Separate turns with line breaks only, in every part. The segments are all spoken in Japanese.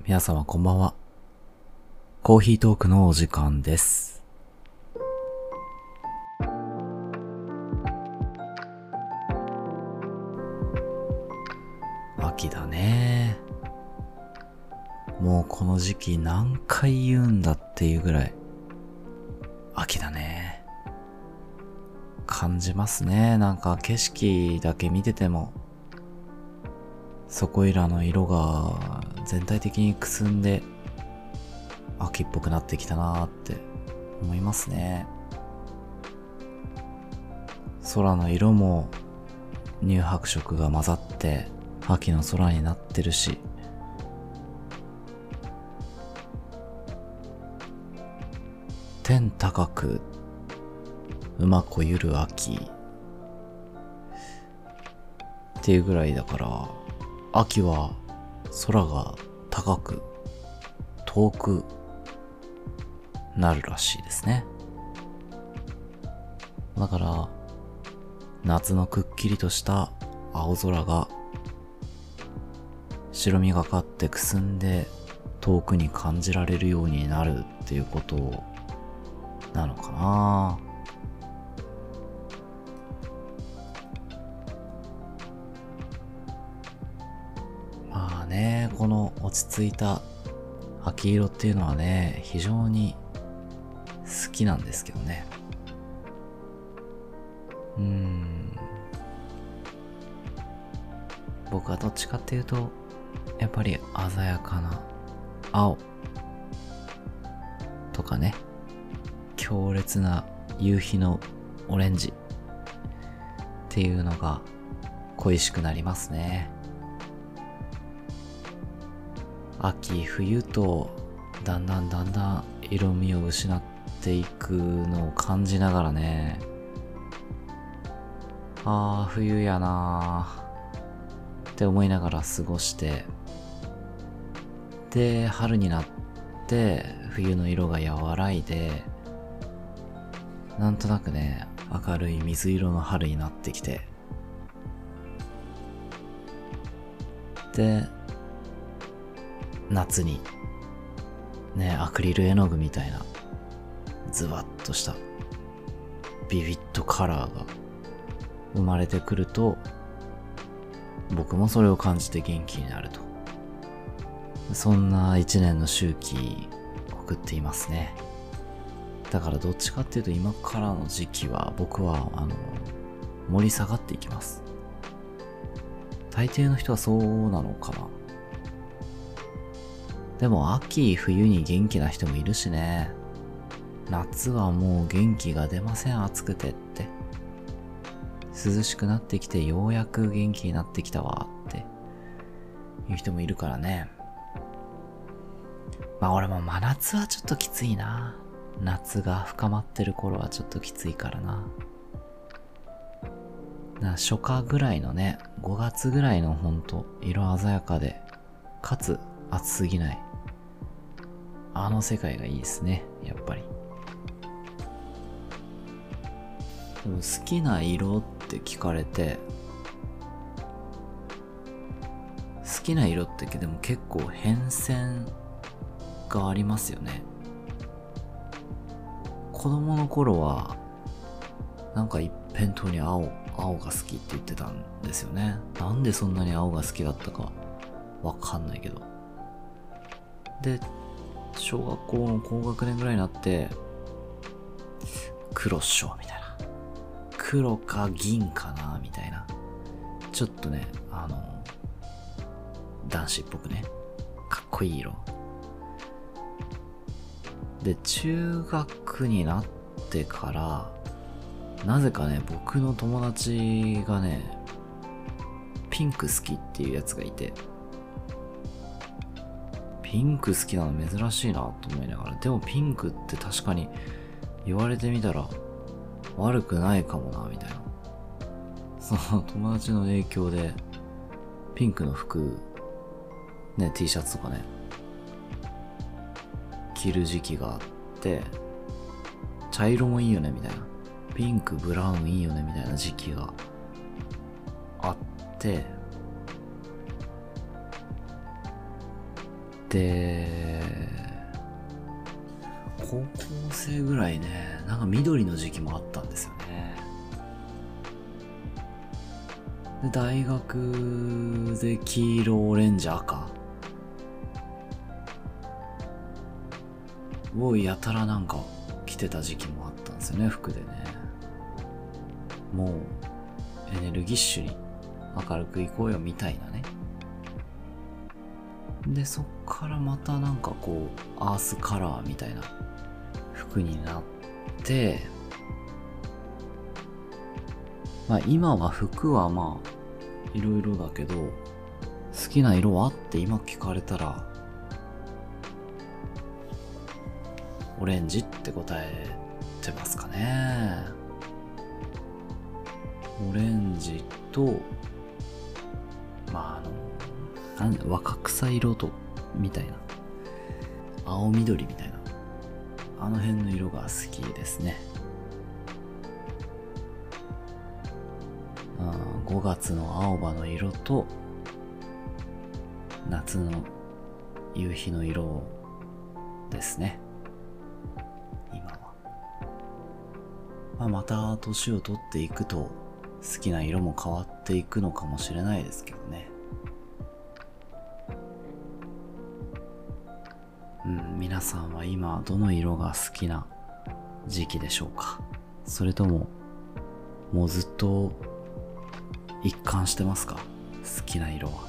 皆様こんばんは。コーヒートークのお時間です。秋だね。もうこの時期何回言うんだっていうぐらい秋だね。感じますね。なんか景色だけ見ててもそこいらの色が全体的にくすんで秋っぽくなってきたなーって思いますね。空の色も乳白色が混ざって秋の空になってるし、天高く馬こゆる秋っていうぐらいだから、秋は空が高く遠くなるらしいですね。だから夏のくっきりとした青空が白みがかってくすんで遠くに感じられるようになるっていうことなのかな。まあね、この落ち着いた秋色っていうのはね、非常に好きなんですけどね。僕はどっちかっていうとやっぱり鮮やかな青とかね、強烈な夕日のオレンジっていうのが恋しくなりますね。秋冬とだんだん色味を失っていくのを感じながらね、冬やなーって思いながら過ごして、で春になって冬の色が和らいで、なんとなくね明るい水色の春になってきて、で夏にねアクリル絵の具みたいなズワッとしたビビッドカラーが生まれてくると、僕もそれを感じて元気になると、そんな一年の周期送っていますね。だからどっちかっていうと今からの時期は僕は盛り下がっていきます。大抵の人はそうなのかな。でも秋冬に元気な人もいるしね。夏はもう元気が出ません、暑くてって。涼しくなってきてようやく元気になってきたわっていう人もいるからね。まあ俺も真夏はちょっときついな。夏が深まってる頃はちょっときついからな。初夏ぐらいのね、5月ぐらいのほんと色鮮やかでかつ暑すぎないあの世界がいいですね、やっぱり。でも好きな色って聞かれて、好きな色ってでも結構変遷がありますよね。子供の頃はなんか一辺倒に青が好きって言ってたんですよね。なんでそんなに青が好きだったかわかんないけど。で小学校の高学年ぐらいになって黒っしょみたいな、黒か銀かなみたいな、ちょっとね男子っぽくねかっこいい色で、中学になってからなぜかね僕の友達がねピンク好きっていうやつがいて、ピンク好きなの珍しいなと思いながら、でもピンクって確かに言われてみたら悪くないかもなみたいな。その友達の影響でピンクの服ね、 T シャツとかね着る時期があって、茶色もいいよねみたいな、ピンクブラウンいいよねみたいな時期があって、 で、高校生ぐらいね、なんか緑の時期もあったんですよね。で、大学で黄色、オレンジ、赤をやたらなんか着てた時期もあったんですよね、服でね。もうエネルギッシュに明るくいこうよみたいなね。で、そっからまたなんかこうアースカラーみたいな服になって、まあ今は服はまあいろいろだけど、好きな色はって今聞かれたらオレンジって答えてますかね。オレンジと、まあ若草色とみたいな、青緑みたいな、あの辺の色が好きですね。5月の青葉の色と夏の夕日の色ですね、今は。また年を取っていくと好きな色も変わっていくのかもしれないですけどね。皆さんは今どの色が好きな時期でしょうか。それとももうずっと一貫してますか、好きな色は。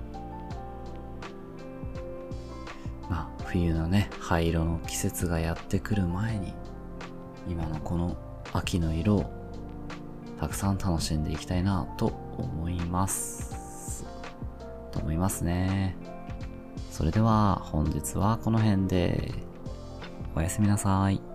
まあ冬のね、灰色の季節がやってくる前に、今のこの秋の色をたくさん楽しんでいきたいなと思いますね。それでは本日はこの辺でおやすみなさい。